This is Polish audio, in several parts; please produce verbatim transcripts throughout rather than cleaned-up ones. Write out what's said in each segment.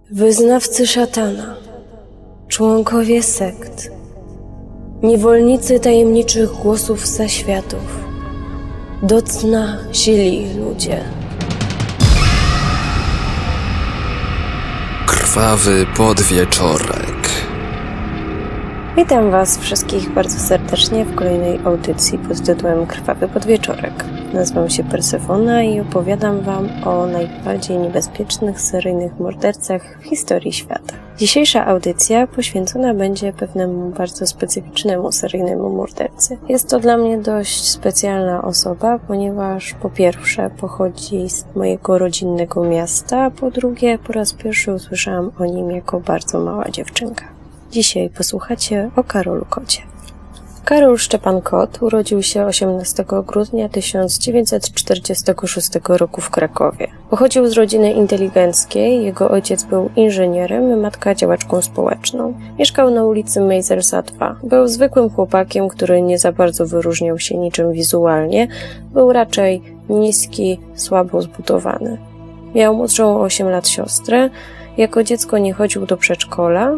Wyznawcy szatana, członkowie sekt, niewolnicy tajemniczych głosów zaświatów, do cna sili ludzie. Krwawy podwieczorek. Witam Was wszystkich bardzo serdecznie w kolejnej audycji pod tytułem Krwawy podwieczorek. Nazywam się Persefona i opowiadam Wam o najbardziej niebezpiecznych seryjnych mordercach w historii świata. Dzisiejsza audycja poświęcona będzie pewnemu bardzo specyficznemu seryjnemu mordercy. Jest to dla mnie dość specjalna osoba, ponieważ po pierwsze pochodzi z mojego rodzinnego miasta, a po drugie po raz pierwszy usłyszałam o nim jako bardzo mała dziewczynka. Dzisiaj posłuchacie o Karolu Kocie. Karol Szczepan Kot urodził się osiemnastego grudnia tysiąc dziewięćset czterdziestego szóstego roku w Krakowie. Pochodził z rodziny inteligenckiej, jego ojciec był inżynierem, matka działaczką społeczną. Mieszkał na ulicy Mejzersa dwa. Był zwykłym chłopakiem, który nie za bardzo wyróżniał się niczym wizualnie, był raczej niski, słabo zbudowany. Miał młodszą o osiem lat siostrę, jako dziecko nie chodził do przedszkola,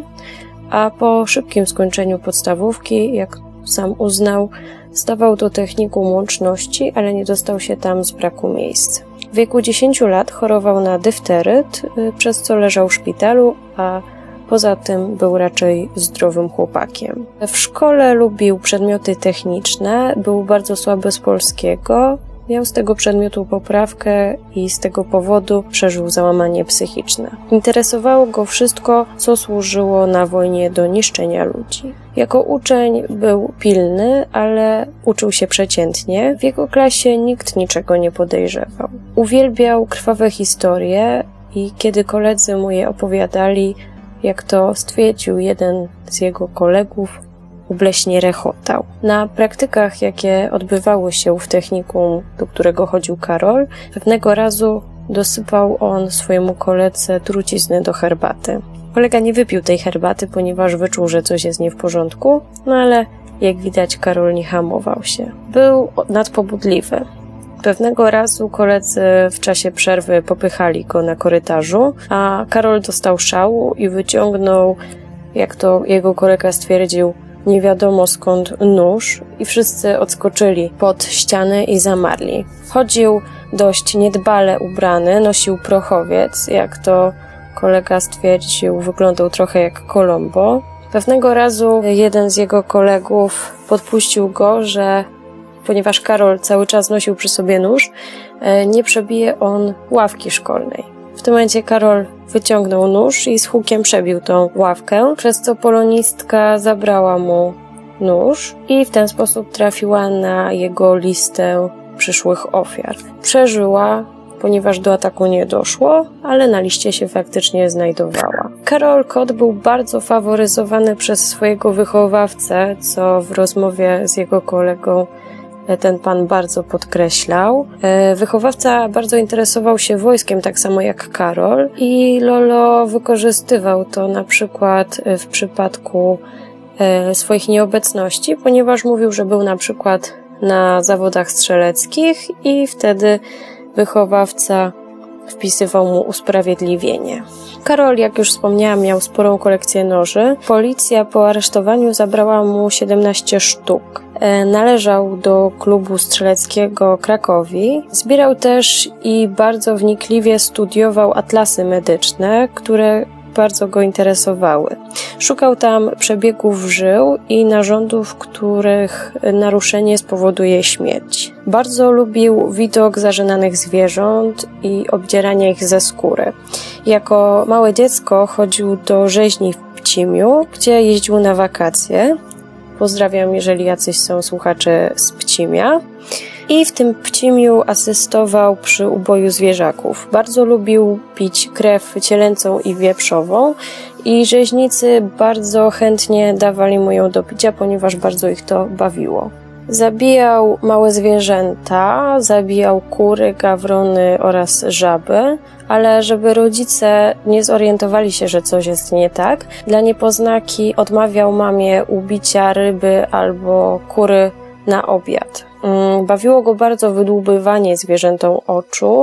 a po szybkim skończeniu podstawówki, jak sam uznał, zdawał do technikum łączności, ale nie dostał się tam z braku miejsc. W wieku dziesięciu lat chorował na difteryt, przez co leżał w szpitalu, a poza tym był raczej zdrowym chłopakiem. W szkole lubił przedmioty techniczne, był bardzo słaby z polskiego, miał z tego przedmiotu poprawkę i z tego powodu przeżył załamanie psychiczne. Interesowało go wszystko, co służyło na wojnie do niszczenia ludzi. Jako uczeń był pilny, ale uczył się przeciętnie. W jego klasie nikt niczego nie podejrzewał. Uwielbiał krwawe historie i kiedy koledzy mu je opowiadali, jak to stwierdził jeden z jego kolegów, ubleśnie rechotał. Na praktykach, jakie odbywały się w technikum, do którego chodził Karol, pewnego razu dosypał on swojemu koledze trucizny do herbaty. Kolega nie wypił tej herbaty, ponieważ wyczuł, że coś jest nie w porządku, no ale jak widać Karol nie hamował się. Był nadpobudliwy. Pewnego razu koledzy w czasie przerwy popychali go na korytarzu, a Karol dostał szału i wyciągnął, jak to jego kolega stwierdził, nie wiadomo skąd nóż i wszyscy odskoczyli pod ściany i zamarli. Chodził dość niedbale ubrany, nosił prochowiec, jak to kolega stwierdził, wyglądał trochę jak Columbo. Pewnego razu jeden z jego kolegów podpuścił go, że ponieważ Karol cały czas nosił przy sobie nóż, nie przebije on ławki szkolnej. W tym momencie Karol wyciągnął nóż i z hukiem przebił tą ławkę, przez co polonistka zabrała mu nóż i w ten sposób trafiła na jego listę przyszłych ofiar. Przeżyła, ponieważ do ataku nie doszło, ale na liście się faktycznie znajdowała. Karol Kot był bardzo faworyzowany przez swojego wychowawcę, co w rozmowie z jego kolegą ten pan bardzo podkreślał. Wychowawca bardzo interesował się wojskiem, tak samo jak Karol, i Lolo wykorzystywał to na przykład w przypadku swoich nieobecności, ponieważ mówił, że był na przykład na zawodach strzeleckich i wtedy wychowawca wpisywał mu usprawiedliwienie. Karol, jak już wspomniałam, miał sporą kolekcję noży. Policja po aresztowaniu zabrała mu siedemnaście sztuk. Należał do klubu strzeleckiego Krakowi. Zbierał też i bardzo wnikliwie studiował atlasy medyczne, które bardzo go interesowały. Szukał tam przebiegów żył i narządów, których naruszenie spowoduje śmierć. Bardzo lubił widok zażynanych zwierząt i obdzierania ich ze skóry. Jako małe dziecko chodził do rzeźni w Pcimiu, gdzie jeździł na wakacje. Pozdrawiam, jeżeli jacyś są słuchacze z Pcimia. I w tym Pcimiu asystował przy uboju zwierzaków. Bardzo lubił pić krew cielęcą i wieprzową i rzeźnicy bardzo chętnie dawali mu ją do picia, ponieważ bardzo ich to bawiło. Zabijał małe zwierzęta, zabijał kury, gawrony oraz żaby, ale żeby rodzice nie zorientowali się, że coś jest nie tak, dla niepoznaki odmawiał mamie ubicia ryby albo kury na obiad. Bawiło go bardzo wydłubywanie zwierzętom oczu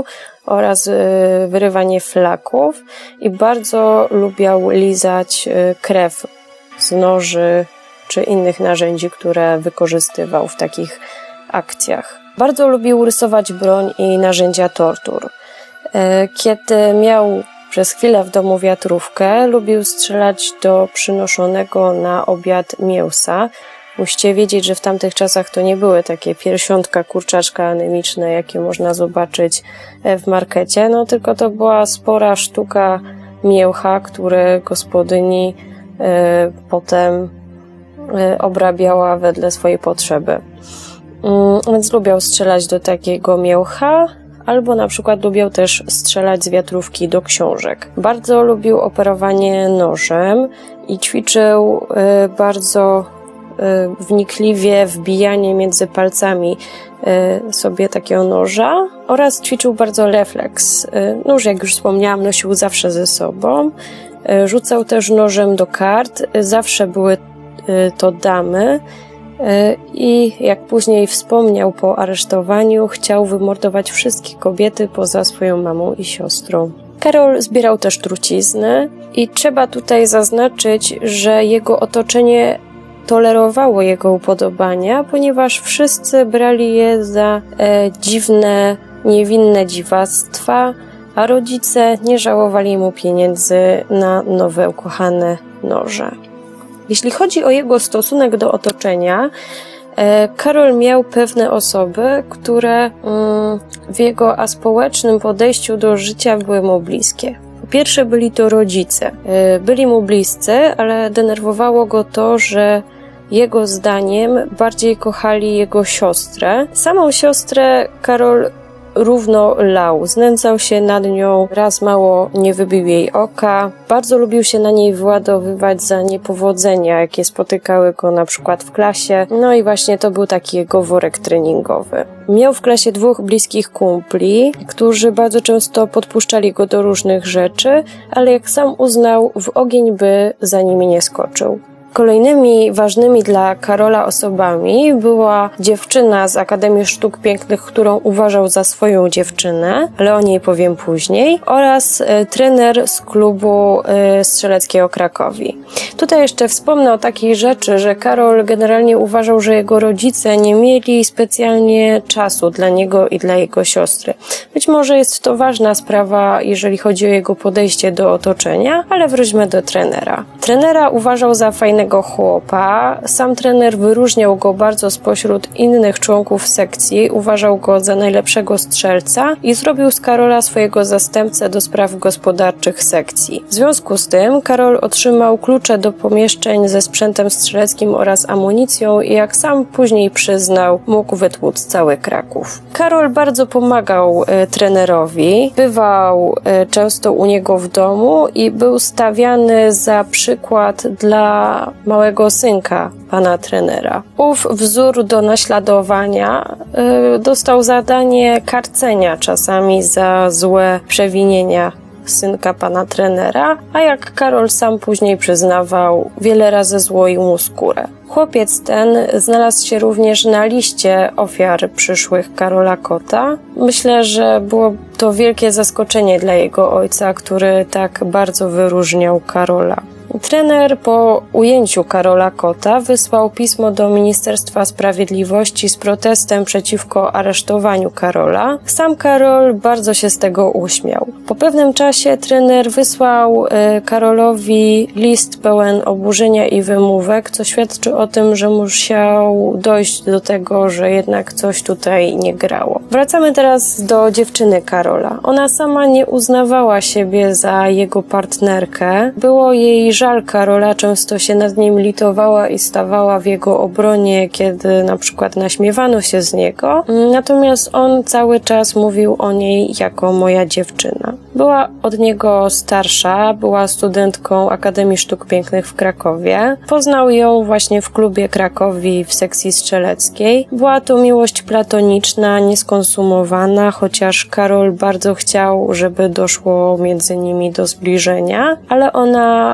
oraz wyrywanie flaków i bardzo lubiał lizać krew z noży czy innych narzędzi, które wykorzystywał w takich akcjach. Bardzo lubił rysować broń i narzędzia tortur. Kiedy miał przez chwilę w domu wiatrówkę, lubił strzelać do przynoszonego na obiad mięsa. Musicie wiedzieć, że w tamtych czasach to nie były takie piersiątka, kurczaczka anemiczne, jakie można zobaczyć w markecie, no tylko to była spora sztuka mięcha, które gospodyni y, potem y, obrabiała wedle swojej potrzeby. Y, więc lubiał strzelać do takiego mięcha, albo na przykład lubił też strzelać z wiatrówki do książek. Bardzo lubił operowanie nożem i ćwiczył y, bardzo wnikliwie wbijanie między palcami sobie takiego noża oraz ćwiczył bardzo refleks. Nóż, jak już wspomniałam, nosił zawsze ze sobą. Rzucał też nożem do kart. Zawsze były to damy i jak później wspomniał po aresztowaniu, chciał wymordować wszystkie kobiety poza swoją mamą i siostrą. Karol zbierał też trucizny i trzeba tutaj zaznaczyć, że jego otoczenie tolerowało jego upodobania, ponieważ wszyscy brali je za e, dziwne, niewinne dziwactwa, a rodzice nie żałowali mu pieniędzy na nowe ukochane noże. Jeśli chodzi o jego stosunek do otoczenia, e, Karol miał pewne osoby, które mm, w jego aspołecznym podejściu do życia były mu bliskie. Po pierwsze byli to rodzice. E, byli mu bliscy, ale denerwowało go to, że jego zdaniem bardziej kochali jego siostrę. Samą siostrę Karol równo lał, znęcał się nad nią, raz mało nie wybił jej oka. Bardzo lubił się na niej wyładowywać za niepowodzenia, jakie spotykały go na przykład w klasie. No i właśnie to był taki jego worek treningowy. Miał w klasie dwóch bliskich kumpli, którzy bardzo często podpuszczali go do różnych rzeczy, ale jak sam uznał, w ogień by za nimi nie skoczył. Kolejnymi ważnymi dla Karola osobami była dziewczyna z Akademii Sztuk Pięknych, którą uważał za swoją dziewczynę, ale o niej powiem później, oraz y, trener z klubu y, strzeleckiego Krakowi. Tutaj jeszcze wspomnę o takiej rzeczy, że Karol generalnie uważał, że jego rodzice nie mieli specjalnie czasu dla niego i dla jego siostry. Być może jest to ważna sprawa, jeżeli chodzi o jego podejście do otoczenia, ale wróćmy do trenera. Trenera uważał za fajnego chłopa. Sam trener wyróżniał go bardzo spośród innych członków sekcji, uważał go za najlepszego strzelca i zrobił z Karola swojego zastępcę do spraw gospodarczych sekcji. W związku z tym Karol otrzymał klucze do pomieszczeń ze sprzętem strzeleckim oraz amunicją i jak sam później przyznał, mógł wytłuc cały Kraków. Karol bardzo pomagał e, trenerowi, bywał e, często u niego w domu i był stawiany za przykład dla małego synka pana trenera. Ów wzór do naśladowania y, dostał zadanie karcenia czasami za złe przewinienia synka pana trenera, a jak Karol sam później przyznawał, wiele razy złoił mu skórę. Chłopiec ten znalazł się również na liście ofiar przyszłych Karola Kota. Myślę, że było to wielkie zaskoczenie dla jego ojca, który tak bardzo wyróżniał Karola. Trener po ujęciu Karola Kota wysłał pismo do Ministerstwa Sprawiedliwości z protestem przeciwko aresztowaniu Karola. Sam Karol bardzo się z tego uśmiał. Po pewnym czasie trener wysłał y, Karolowi list pełen oburzenia i wymówek, co świadczy o tym, że musiał dojść do tego, że jednak coś tutaj nie grało. Wracamy teraz do dziewczyny Karola. Ona sama nie uznawała siebie za jego partnerkę. Było jej żal Karola, często się nad nim litowała i stawała w jego obronie, kiedy na przykład naśmiewano się z niego. Natomiast on cały czas mówił o niej jako moja dziewczyna. Była od niego starsza, była studentką Akademii Sztuk Pięknych w Krakowie. Poznał ją właśnie w klubie Krakowi w sekcji strzeleckiej. Była to miłość platoniczna, nieskonsumowana, chociaż Karol bardzo chciał, żeby doszło między nimi do zbliżenia, ale ona bardzo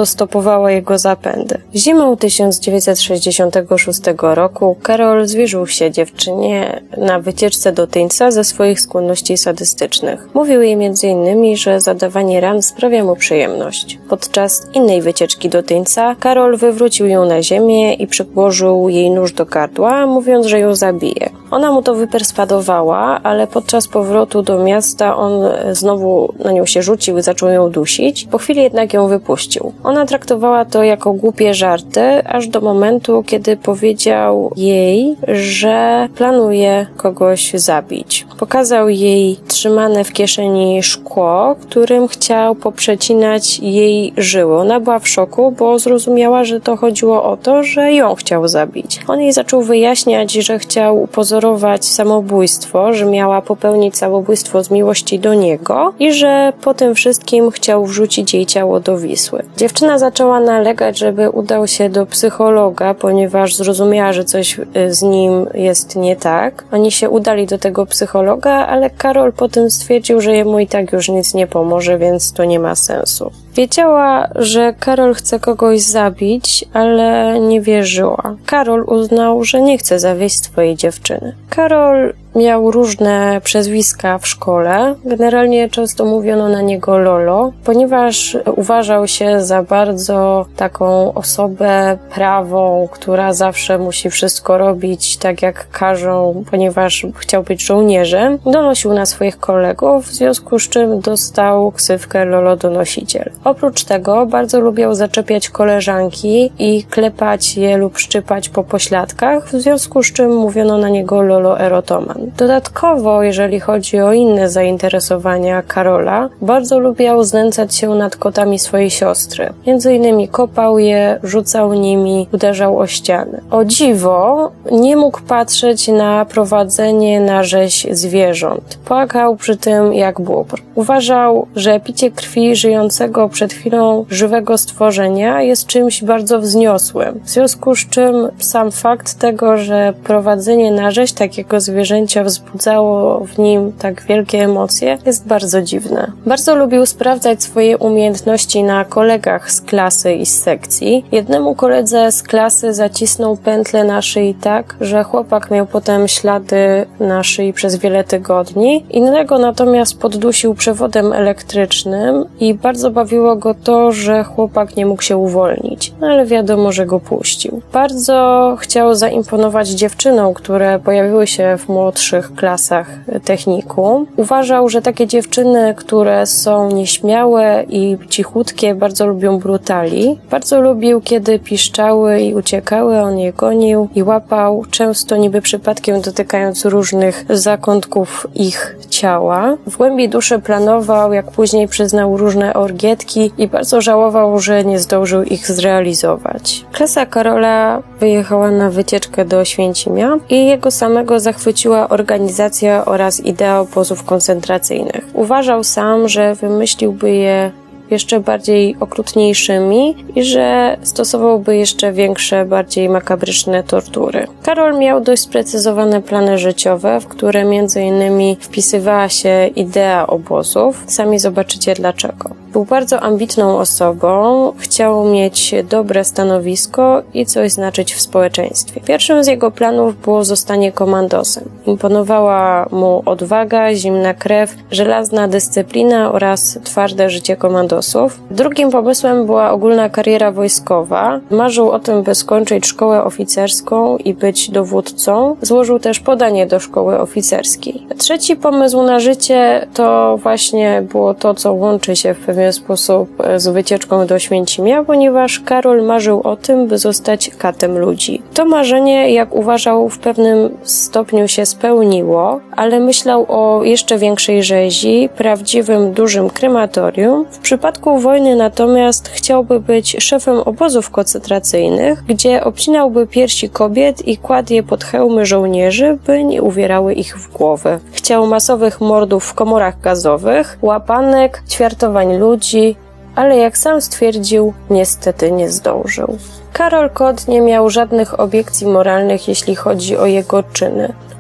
bardzo stopowała jego zapędy. Zimą tysiąc dziewięćset sześćdziesiątego szóstego roku Carol zwierzył się dziewczynie na wycieczce do Tyńca ze swoich skłonności sadystycznych. Mówił jej między innymi, że zadawanie ran sprawia mu przyjemność. Podczas innej wycieczki do Tyńca Carol wywrócił ją na ziemię i przyłożył jej nóż do gardła, mówiąc, że ją zabije. Ona mu to wyperswadowała, ale podczas powrotu do miasta on znowu na nią się rzucił i zaczął ją dusić. Po chwili jednak ją wypuścił. Ona traktowała to jako głupie żarty, aż do momentu, kiedy powiedział jej, że planuje kogoś zabić. Pokazał jej trzymane w kieszeni szkło, którym chciał poprzecinać jej żyły. Ona była w szoku, bo zrozumiała, że to chodziło o to, że ją chciał zabić. On jej zaczął wyjaśniać, że chciał upozorować samobójstwo, że miała popełnić samobójstwo z miłości do niego i że po tym wszystkim chciał wrzucić jej ciało do Wisły. Dziewczyna zaczęła nalegać, żeby udał się do psychologa, ponieważ zrozumiała, że coś z nim jest nie tak. Oni się udali do tego psychologa, ale Carol potem stwierdził, że jemu i tak już nic nie pomoże, więc to nie ma sensu. Wiedziała, że Carol chce kogoś zabić, ale nie wierzyła. Carol uznał, że nie chce zawieść swojej dziewczyny. Carol miał różne przezwiska w szkole. Generalnie często mówiono na niego Lolo, ponieważ uważał się za bardzo taką osobę prawą, która zawsze musi wszystko robić tak jak każą, ponieważ chciał być żołnierzem. Donosił na swoich kolegów, w związku z czym dostał ksywkę Lolo Donosiciel. Oprócz tego bardzo lubiał zaczepiać koleżanki i klepać je lub szczypać po pośladkach, w związku z czym mówiono na niego Lolo Erotoman. Dodatkowo, jeżeli chodzi o inne zainteresowania Carola, bardzo lubiał znęcać się nad kotami swojej siostry. Między innymi kopał je, rzucał nimi, uderzał o ściany. O dziwo, nie mógł patrzeć na prowadzenie na rzeź zwierząt. Płakał przy tym jak bóbr. Uważał, że picie krwi żyjącego przed chwilą żywego stworzenia jest czymś bardzo wzniosłym. W związku z czym sam fakt tego, że prowadzenie na rzeź takiego zwierzęcia wzbudzało w nim tak wielkie emocje, jest bardzo dziwne. Bardzo lubił sprawdzać swoje umiejętności na kolegach z klasy i z sekcji. Jednemu koledze z klasy zacisnął pętlę na szyi tak, że chłopak miał potem ślady na szyi przez wiele tygodni. Innego natomiast poddusił przewodem elektrycznym i bardzo bawiło go to, że chłopak nie mógł się uwolnić, no ale wiadomo, że go puścił. Bardzo chciał zaimponować dziewczynom, które pojawiły się w młodszych klasach technikum. Uważał, że takie dziewczyny, które są nieśmiałe i cichutkie, bardzo lubią brutali. Bardzo lubił, kiedy piszczały i uciekały, on je gonił i łapał, często niby przypadkiem dotykając różnych zakątków ich ciała. W głębi duszy planował, jak później przyznał, różne orgietki i bardzo żałował, że nie zdążył ich zrealizować. Klasa Carola wyjechała na wycieczkę do Oświęcimia i jego samego zachwyciła organizacja oraz idea obozów koncentracyjnych. Uważał sam, że wymyśliłby je jeszcze bardziej okrutniejszymi i że stosowałby jeszcze większe, bardziej makabryczne tortury. Carol miał dość sprecyzowane plany życiowe, w które między innymi wpisywała się idea obozów. Sami zobaczycie dlaczego. Był bardzo ambitną osobą, chciał mieć dobre stanowisko i coś znaczyć w społeczeństwie. Pierwszym z jego planów było zostanie komandosem. Imponowała mu odwaga, zimna krew, żelazna dyscyplina oraz twarde życie komandosów. Drugim pomysłem była ogólna kariera wojskowa. Marzył o tym, by skończyć szkołę oficerską i być dowódcą. Złożył też podanie do szkoły oficerskiej. Trzeci pomysł na życie to właśnie było to, co łączy się w pewien sposób z wycieczką do Oświęcimia, ponieważ Carol marzył o tym, by zostać katem ludzi. To marzenie, jak uważał, w pewnym stopniu się spełniło, ale myślał o jeszcze większej rzezi, prawdziwym, dużym krematorium. W przypadku wojny natomiast chciałby być szefem obozów koncentracyjnych, gdzie obcinałby piersi kobiet i kładł je pod hełmy żołnierzy, by nie uwierały ich w głowy. Chciał masowych mordów w komorach gazowych, łapanek, ćwiartowań ludzi, ale jak sam stwierdził, niestety nie zdążył. Carol Cott nie miał żadnych obiekcji moralnych, jeśli chodzi o jego czyny.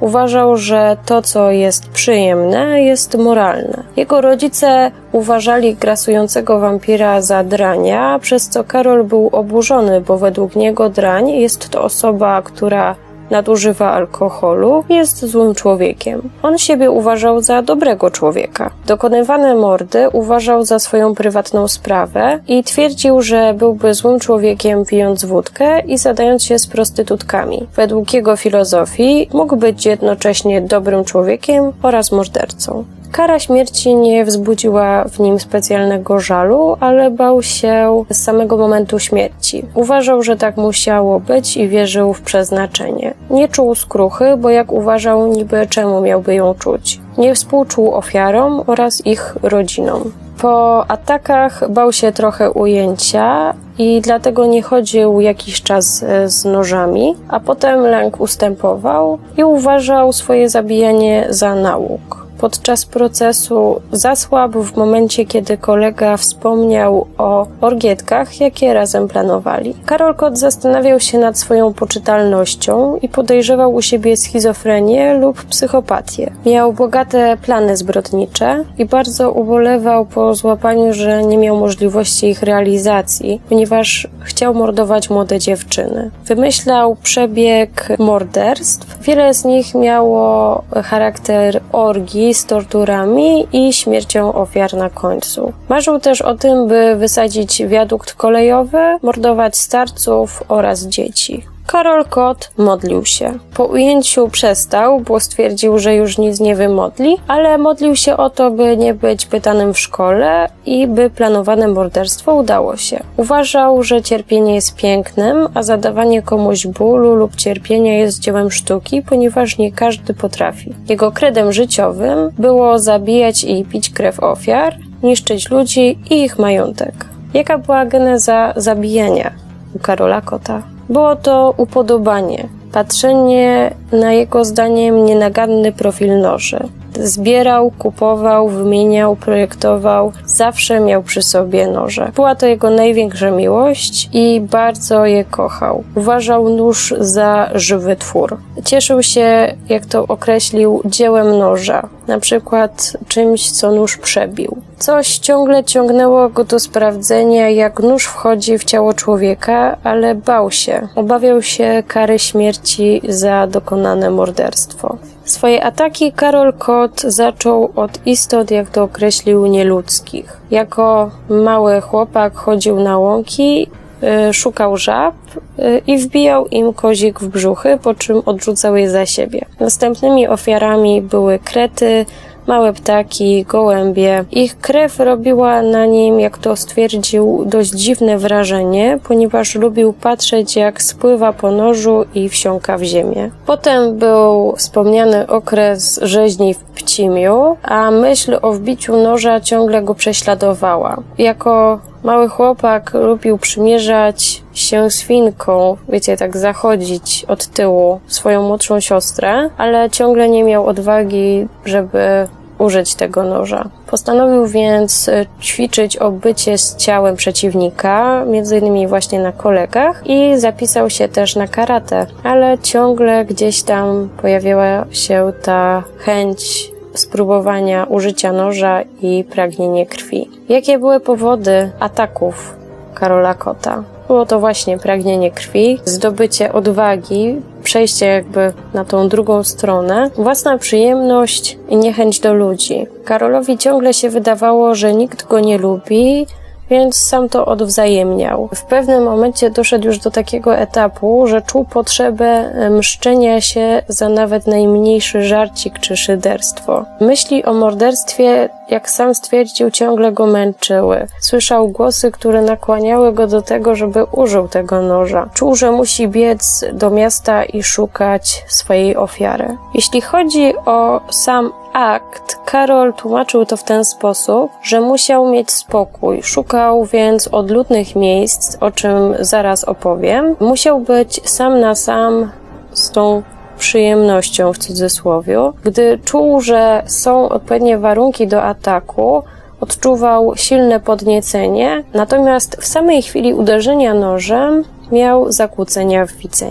uważał, że to, co jest przyjemne, jest moralne. Jego rodzice uważali grasującego wampira za drania, przez co Karol był oburzony, bo według niego drań jest to osoba, która nadużywa alkoholu, jest złym człowiekiem. On siebie uważał za dobrego człowieka. Dokonywane mordy uważał za swoją prywatną sprawę i twierdził, że byłby złym człowiekiem pijąc wódkę i zadając się z prostytutkami. Według jego filozofii mógł być jednocześnie dobrym człowiekiem oraz mordercą. Kara śmierci nie wzbudziła w nim specjalnego żalu, ale bał się z samego momentu śmierci. Uważał, że tak musiało być i wierzył w przeznaczenie. Nie czuł skruchy, bo jak uważał, niby czemu miałby ją czuć. Nie współczuł ofiarom oraz ich rodzinom. Po atakach bał się trochę ujęcia i dlatego nie chodził jakiś czas z nożami, a potem lęk ustępował i uważał swoje zabijanie za nauk. Podczas procesu zasłabł w momencie, kiedy kolega wspomniał o orgietkach, jakie razem planowali. Karol Kot zastanawiał się nad swoją poczytalnością i podejrzewał u siebie schizofrenię lub psychopatię. Miał bogate plany zbrodnicze i bardzo ubolewał po złapaniu, że nie miał możliwości ich realizacji, ponieważ chciał mordować młode dziewczyny. Wymyślał przebieg morderstw. Wiele z nich miało charakter orgii z torturami i śmiercią ofiar na końcu. Marzył też o tym, by wysadzić wiadukt kolejowy, mordować starców oraz dzieci. Karol Kot modlił się. Po ujęciu przestał, bo stwierdził, że już nic nie wymodli, ale modlił się o to, by nie być pytanym w szkole i by planowane morderstwo udało się. Uważał, że cierpienie jest pięknem, a zadawanie komuś bólu lub cierpienia jest dziełem sztuki, ponieważ nie każdy potrafi. Jego kredem życiowym było zabijać i pić krew ofiar, niszczyć ludzi i ich majątek. Jaka była geneza zabijania u Karola Kota? Było to upodobanie, patrzenie na jego zdaniem nienaganny profil noży. Zbierał, kupował, wymieniał, projektował, zawsze miał przy sobie noże. Była to jego największa miłość i bardzo je kochał. Uważał nóż za żywy twór. Cieszył się, jak to określił, dziełem noża, na przykład czymś, co nóż przebił. Coś ciągle ciągnęło go do sprawdzenia, jak nóż wchodzi w ciało człowieka, ale bał się. Obawiał się kary śmierci za dokonane morderstwo. Swoje ataki Karol Kot zaczął od istot, jak to określił, nieludzkich. Jako mały chłopak chodził na łąki, yy, szukał żab yy, i wbijał im kozik w brzuchy, po czym odrzucał je za siebie. Następnymi ofiarami były krety, małe ptaki, gołębie. Ich krew robiła na nim, jak to stwierdził, dość dziwne wrażenie, ponieważ lubił patrzeć, jak spływa po nożu i wsiąka w ziemię. Potem był wspomniany okres rzeźni w Pcimiu, a myśl o wbiciu noża ciągle go prześladowała. Jako mały chłopak lubił przymierzać się świnką, wiecie, tak zachodzić od tyłu swoją młodszą siostrę, ale ciągle nie miał odwagi, żeby użyć tego noża. Postanowił więc ćwiczyć obycie z ciałem przeciwnika, między innymi właśnie na kolegach, i zapisał się też na karate, ale ciągle gdzieś tam pojawiała się ta chęć spróbowania użycia noża i pragnienie krwi. Jakie były powody ataków Karola Kota? Było to właśnie pragnienie krwi, zdobycie odwagi, przejście jakby na tą drugą stronę, własna przyjemność i niechęć do ludzi. Karolowi ciągle się wydawało, że nikt go nie lubi, więc sam to odwzajemniał. W pewnym momencie doszedł już do takiego etapu, że czuł potrzebę mszczenia się za nawet najmniejszy żarcik czy szyderstwo. Myśli o morderstwie, jak sam stwierdził, ciągle go męczyły. Słyszał głosy, które nakłaniały go do tego, żeby użył tego noża. Czuł, że musi biec do miasta i szukać swojej ofiary. Jeśli chodzi o sam akt, Karol tłumaczył to w ten sposób, że musiał mieć spokój. Szukał więc odludnych miejsc, o czym zaraz opowiem. Musiał być sam na sam z tą przyjemnością w cudzysłowie. Gdy czuł, że są odpowiednie warunki do ataku, odczuwał silne podniecenie, natomiast w samej chwili uderzenia nożem miał zakłócenia w widzeniu.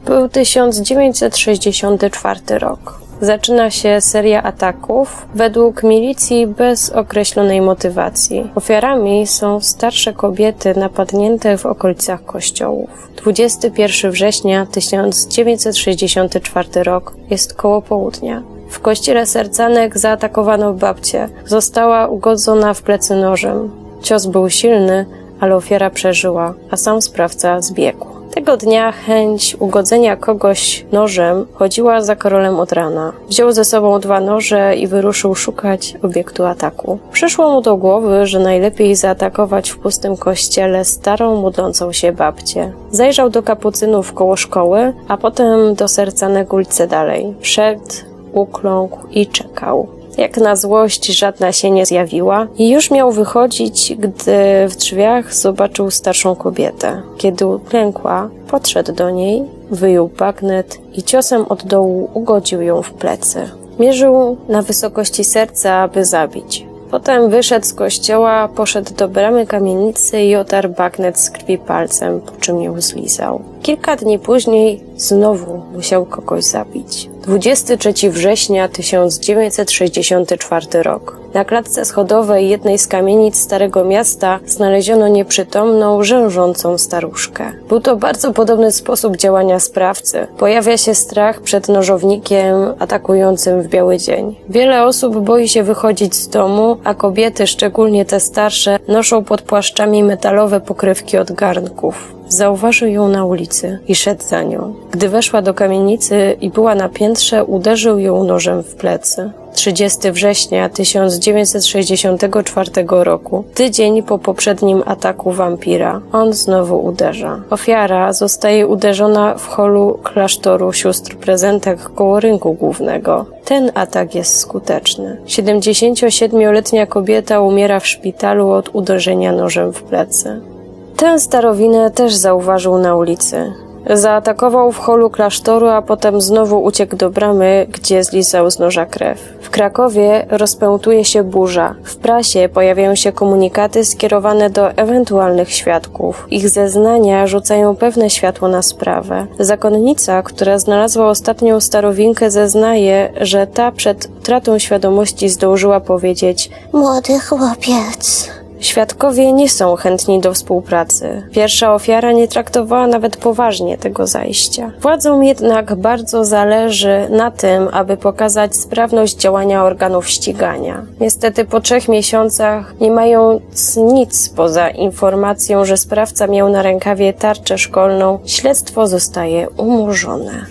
Był tysiąc dziewięćset sześćdziesiąty czwarty rok. Zaczyna się seria ataków według milicji bez określonej motywacji. Ofiarami są starsze kobiety napadnięte w okolicach kościołów. dwudziestego pierwszego września tysiąc dziewięćset sześćdziesiąty czwarty rok jest koło południa. W kościele Sercanek zaatakowano babcię. Została ugodzona w plecy nożem. Cios był silny, ale ofiara przeżyła, a sam sprawca zbiegł. Tego dnia chęć ugodzenia kogoś nożem chodziła za Karolem od rana. Wziął ze sobą dwa noże i wyruszył szukać obiektu ataku. Przyszło mu do głowy, że najlepiej zaatakować w pustym kościele starą, modlącą się babcię. Zajrzał do kapucynów koło szkoły, a potem do Sercanek ulicę dalej. Wszedł, ukląkł i czekał. Jak na złość żadna się nie zjawiła i już miał wychodzić, gdy w drzwiach zobaczył starszą kobietę. Kiedy uklękła, podszedł do niej, wyjął bagnet i ciosem od dołu ugodził ją w plecy. Mierzył na wysokości serca, aby zabić. Potem wyszedł z kościoła, poszedł do bramy kamienicy i otarł bagnet z krwi palcem, po czym ją zlizał. Kilka dni później znowu musiał kogoś zabić. dwudziestego trzeciego września tysiąc dziewięćset sześćdziesiąty czwarty rok. Na klatce schodowej jednej z kamienic Starego Miasta znaleziono nieprzytomną, rzężącą staruszkę. Był to bardzo podobny sposób działania sprawcy. Pojawia się strach przed nożownikiem atakującym w biały dzień. Wiele osób boi się wychodzić z domu, a kobiety, szczególnie te starsze, noszą pod płaszczami metalowe pokrywki od garnków. Zauważył ją na ulicy i szedł za nią. Gdy weszła do kamienicy i była na piętrze, uderzył ją nożem w plecy. trzydziestego września tysiąc dziewięćset sześćdziesiątego czwartego roku, tydzień po poprzednim ataku wampira, on znowu uderza. Ofiara zostaje uderzona w holu klasztoru sióstr prezentek koło rynku głównego. Ten atak jest skuteczny. siedemdziesięciosiedmioletnia kobieta umiera w szpitalu od uderzenia nożem w plecy. Tę starowinę też zauważył na ulicy. Zaatakował w holu klasztoru, a potem znowu uciekł do bramy, gdzie zlizał z noża krew. W Krakowie rozpętuje się burza. W prasie pojawiają się komunikaty skierowane do ewentualnych świadków. Ich zeznania rzucają pewne światło na sprawę. Zakonnica, która znalazła ostatnią starowinkę, zeznaje, że ta przed utratą świadomości zdążyła powiedzieć: młody chłopiec. Świadkowie nie są chętni do współpracy. Pierwsza ofiara nie traktowała nawet poważnie tego zajścia. Władzom jednak bardzo zależy na tym, aby pokazać sprawność działania organów ścigania. Niestety po trzech miesiącach, nie mając nic poza informacją, że sprawca miał na rękawie tarczę szkolną, śledztwo zostaje umorzone.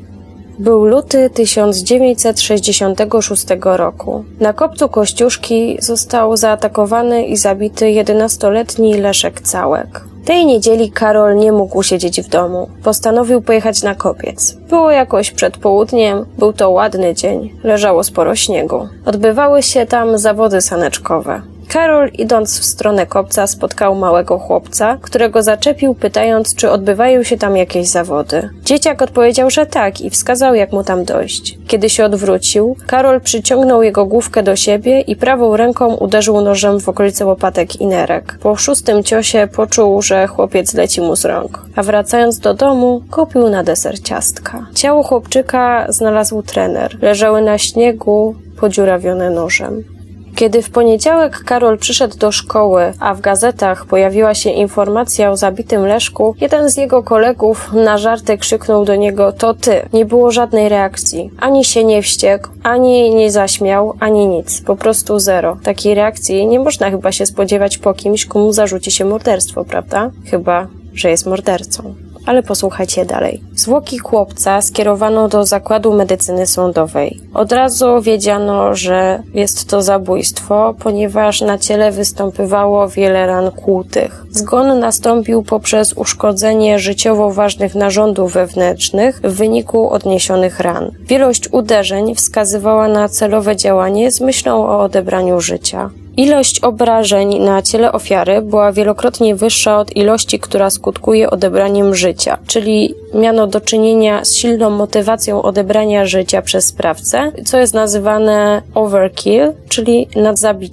Był luty tysiąc dziewięćset sześćdziesiątego szóstego roku. Na kopcu Kościuszki został zaatakowany i zabity jedenastoletni Leszek Całek. Tej niedzieli Karol nie mógł siedzieć w domu. Postanowił pojechać na kopiec. Było jakoś przed południem, był to ładny dzień. Leżało sporo śniegu. Odbywały się tam zawody saneczkowe. Karol, idąc w stronę kopca, spotkał małego chłopca, którego zaczepił, pytając, czy odbywają się tam jakieś zawody. Dzieciak odpowiedział, że tak i wskazał, jak mu tam dojść. Kiedy się odwrócił, Karol przyciągnął jego główkę do siebie i prawą ręką uderzył nożem w okolice łopatek i nerek. Po szóstym ciosie poczuł, że chłopiec leci mu z rąk, a wracając do domu, kupił na deser ciastka. Ciało chłopczyka znalazł trener. Leżały na śniegu, podziurawione nożem. Kiedy w poniedziałek Karol przyszedł do szkoły, a w gazetach pojawiła się informacja o zabitym Leszku, jeden z jego kolegów na żarty krzyknął do niego: to ty. Nie było żadnej reakcji. Ani się nie wściekł, ani nie zaśmiał, ani nic. Po prostu zero. Takiej reakcji nie można chyba się spodziewać po kimś, komu zarzuci się morderstwo, prawda? Chyba że jest mordercą. Ale posłuchajcie dalej. Zwłoki chłopca skierowano do Zakładu Medycyny Sądowej. Od razu wiedziano, że jest to zabójstwo, ponieważ na ciele występowało wiele ran kłutych. Zgon nastąpił poprzez uszkodzenie życiowo ważnych narządów wewnętrznych w wyniku odniesionych ran. Wielość uderzeń wskazywała na celowe działanie z myślą o odebraniu życia. Ilość obrażeń na ciele ofiary była wielokrotnie wyższa od ilości, która skutkuje odebraniem życia, czyli miano do czynienia z silną motywacją odebrania życia przez sprawcę, co jest nazywane overkill, czyli nadzabicie.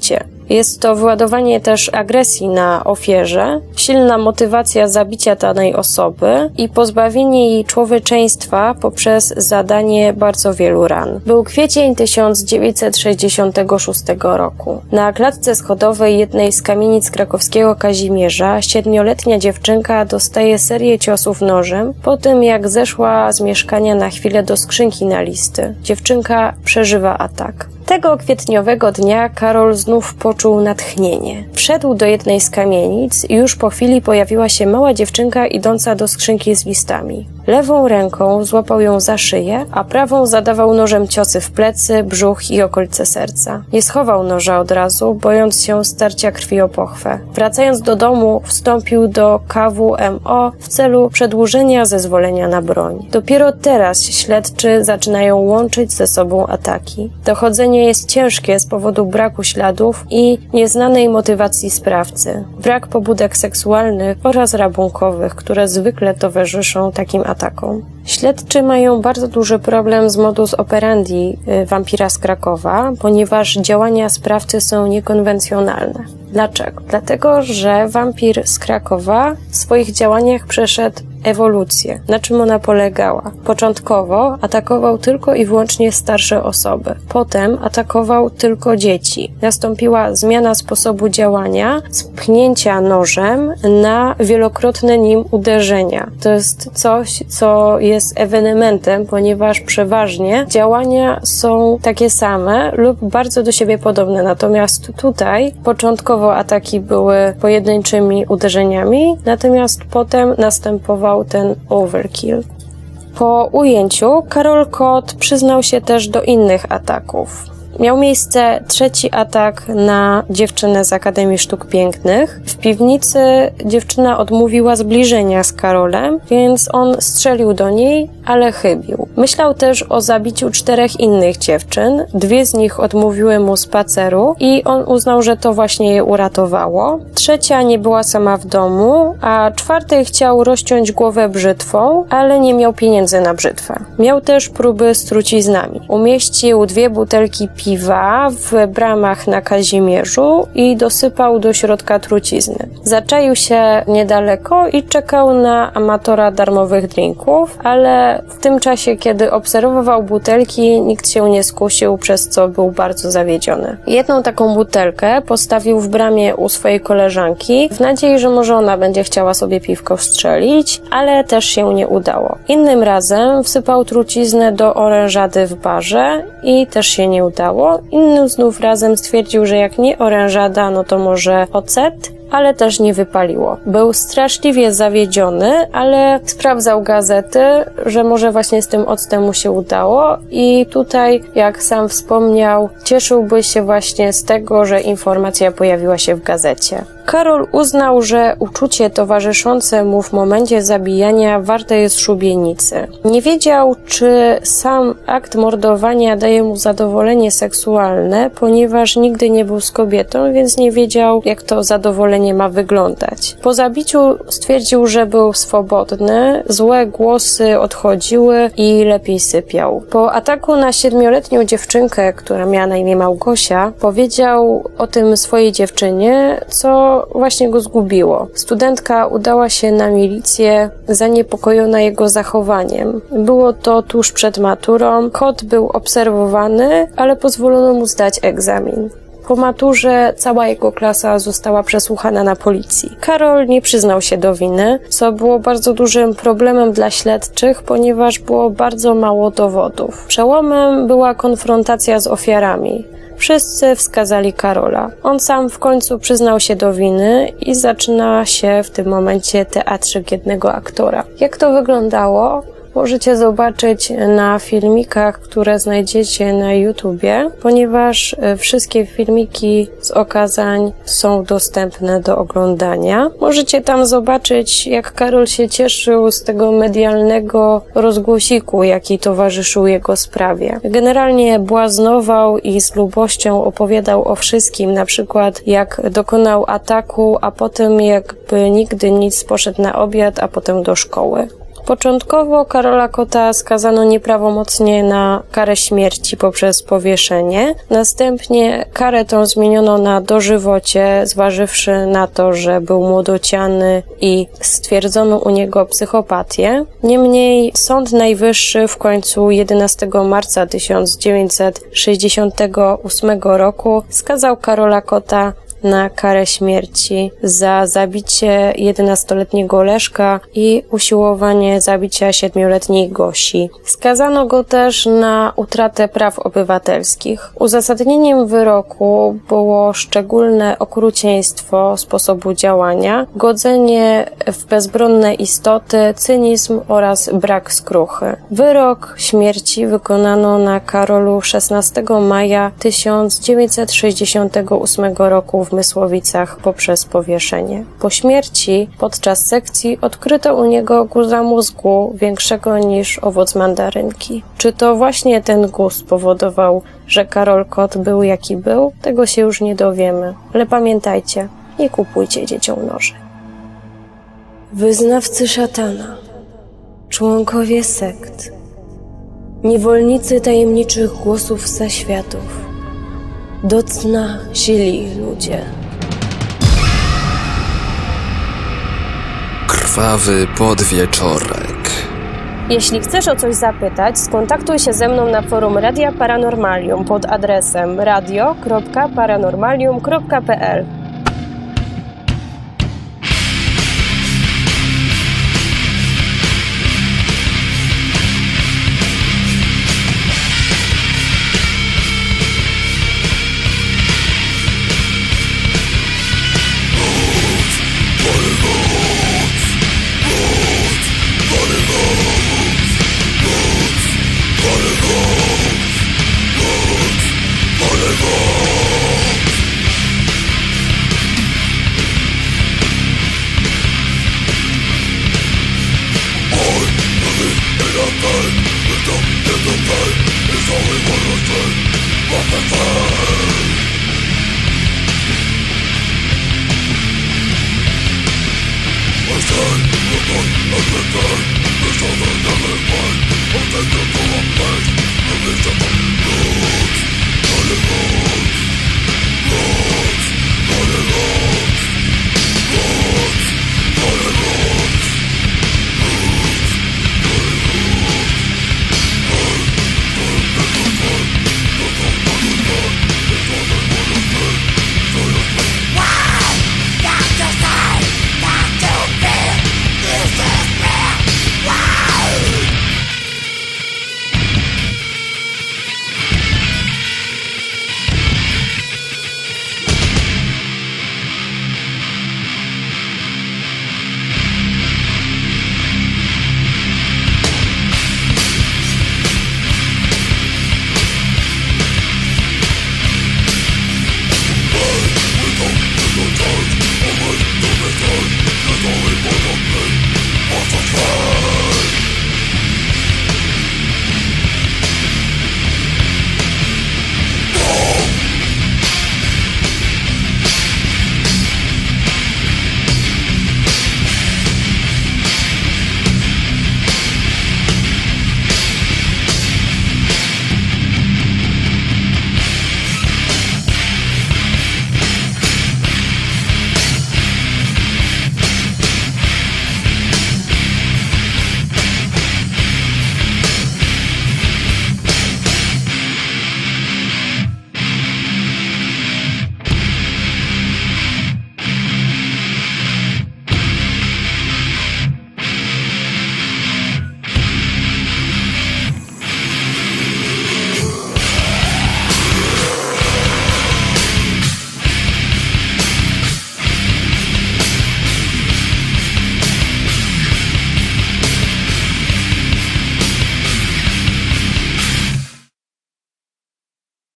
Jest to wyładowanie też agresji na ofierze, silna motywacja zabicia danej osoby i pozbawienie jej człowieczeństwa poprzez zadanie bardzo wielu ran. Był kwiecień tysiąc dziewięćset sześćdziesiątego szóstego roku. Na klatce schodowej jednej z kamienic krakowskiego Kazimierza siedmioletnia dziewczynka dostaje serię ciosów nożem po tym, jak zeszła z mieszkania na chwilę do skrzynki na listy. Dziewczynka przeżywa atak. Tego kwietniowego dnia Karol znów poczuł natchnienie. Wszedł do jednej z kamienic i już po chwili pojawiła się mała dziewczynka idąca do skrzynki z listami. Lewą ręką złapał ją za szyję, a prawą zadawał nożem ciosy w plecy, brzuch i okolice serca. Nie schował noża od razu, bojąc się starcia krwi o pochwę. Wracając do domu, wstąpił do K W M O w celu przedłużenia zezwolenia na broń. Dopiero teraz śledczy zaczynają łączyć ze sobą ataki. Dochodzenie jest ciężkie z powodu braku śladów i nieznanej motywacji sprawcy. Brak pobudek seksualnych oraz rabunkowych, które zwykle towarzyszą takim atakom. Śledczy mają bardzo duży problem z modus operandi wampira z Krakowa, ponieważ działania sprawcy są niekonwencjonalne. Dlaczego? Dlatego, że wampir z Krakowa w swoich działaniach przeszedł ewolucję. Na czym ona polegała? Początkowo atakował tylko i wyłącznie starsze osoby. Potem atakował tylko dzieci. Nastąpiła zmiana sposobu działania z pchnięcia nożem na wielokrotne nim uderzenia. To jest coś, co jest ewenementem, ponieważ przeważnie działania są takie same lub bardzo do siebie podobne. Natomiast tutaj początkowo ataki były pojedynczymi uderzeniami, natomiast potem następował ten overkill. Po ujęciu Karol Kot przyznał się też do innych ataków. Miał miejsce trzeci atak na dziewczynę z Akademii Sztuk Pięknych. W piwnicy dziewczyna odmówiła zbliżenia z Karolem, więc on strzelił do niej, ale chybił. Myślał też o zabiciu czterech innych dziewczyn. Dwie z nich odmówiły mu spaceru i on uznał, że to właśnie je uratowało. Trzecia nie była sama w domu, a czwartej chciał rozciąć głowę brzytwą, ale nie miał pieniędzy na brzytwę. Miał też próby z truciznami. Umieścił dwie butelki piwa w bramach na Kazimierzu i dosypał do środka trucizny. Zaczaił się niedaleko i czekał na amatora darmowych drinków, ale w tym czasie, kiedy obserwował butelki, nikt się nie skusił, przez co był bardzo zawiedziony. Jedną taką butelkę postawił w bramie u swojej koleżanki w nadziei, że może ona będzie chciała sobie piwko strzelić, ale też się nie udało. Innym razem wsypał truciznę do orężady w barze i też się nie udało. Innym znów razem stwierdził, że jak nie orężada, no to może ocet, ale też nie wypaliło. Był straszliwie zawiedziony, ale sprawdzał gazety, że może właśnie z tym octem mu się udało i tutaj, jak sam wspomniał, cieszyłby się właśnie z tego, że informacja pojawiła się w gazecie. Karol uznał, że uczucie towarzyszące mu w momencie zabijania warte jest szubienicy. Nie wiedział, czy sam akt mordowania daje mu zadowolenie seksualne, ponieważ nigdy nie był z kobietą, więc nie wiedział, jak to zadowolenie ma wyglądać. Po zabiciu stwierdził, że był swobodny, złe głosy odchodziły i lepiej sypiał. Po ataku na siedmioletnią dziewczynkę, która miała na imię Małgosia, powiedział o tym swojej dziewczynie, co właśnie go zgubiło. Studentka udała się na milicję, zaniepokojona jego zachowaniem. Było to tuż przed maturą. Kot był obserwowany, ale pozwolono mu zdać egzamin. Po maturze cała jego klasa została przesłuchana na policji. Karol nie przyznał się do winy, co było bardzo dużym problemem dla śledczych, ponieważ było bardzo mało dowodów. Przełomem była konfrontacja z ofiarami. Wszyscy wskazali Karola. On sam w końcu przyznał się do winy i zaczyna się w tym momencie teatrzyk jednego aktora. Jak to wyglądało? Możecie zobaczyć na filmikach, które znajdziecie na YouTubie, ponieważ wszystkie filmiki z okazań są dostępne do oglądania. Możecie tam zobaczyć, jak Karol się cieszył z tego medialnego rozgłosiku, jaki towarzyszył jego sprawie. Generalnie błaznował i z lubością opowiadał o wszystkim, na przykład jak dokonał ataku, a potem jakby nigdy nic poszedł na obiad, a potem do szkoły. Początkowo Karola Kotta skazano nieprawomocnie na karę śmierci poprzez powieszenie. Następnie karę tą zmieniono na dożywocie, zważywszy na to, że był młodociany i stwierdzono u niego psychopatię. Niemniej Sąd Najwyższy w końcu jedenastego marca tysiąc dziewięćset sześćdziesiątego ósmego roku skazał Karola Kotta na karę śmierci za zabicie jedenastoletniego Leszka i usiłowanie zabicia siedmioletniej Gosi. Skazano go też na utratę praw obywatelskich. Uzasadnieniem wyroku było szczególne okrucieństwo sposobu działania, godzenie w bezbronne istoty, cynizm oraz brak skruchy. Wyrok śmierci wykonano na Karolu szesnastego maja tysiąc dziewięćset sześćdziesiątego ósmego roku w Mysłowicach poprzez powieszenie. Po śmierci podczas sekcji odkryto u niego guza mózgu większego niż owoc mandarynki. Czy to właśnie ten guz spowodował, że Karol Kott był jaki był? Tego się już nie dowiemy. Ale pamiętajcie, nie kupujcie dzieciom noży. Wyznawcy szatana, członkowie sekt, niewolnicy tajemniczych głosów zaświatów, do cna źli ludzie. Krwawy podwieczorek. Jeśli chcesz o coś zapytać, skontaktuj się ze mną na forum Radia Paranormalium pod adresem radio kropka paranormalium kropka p l. Hollywood, Hollywood, Hollywood.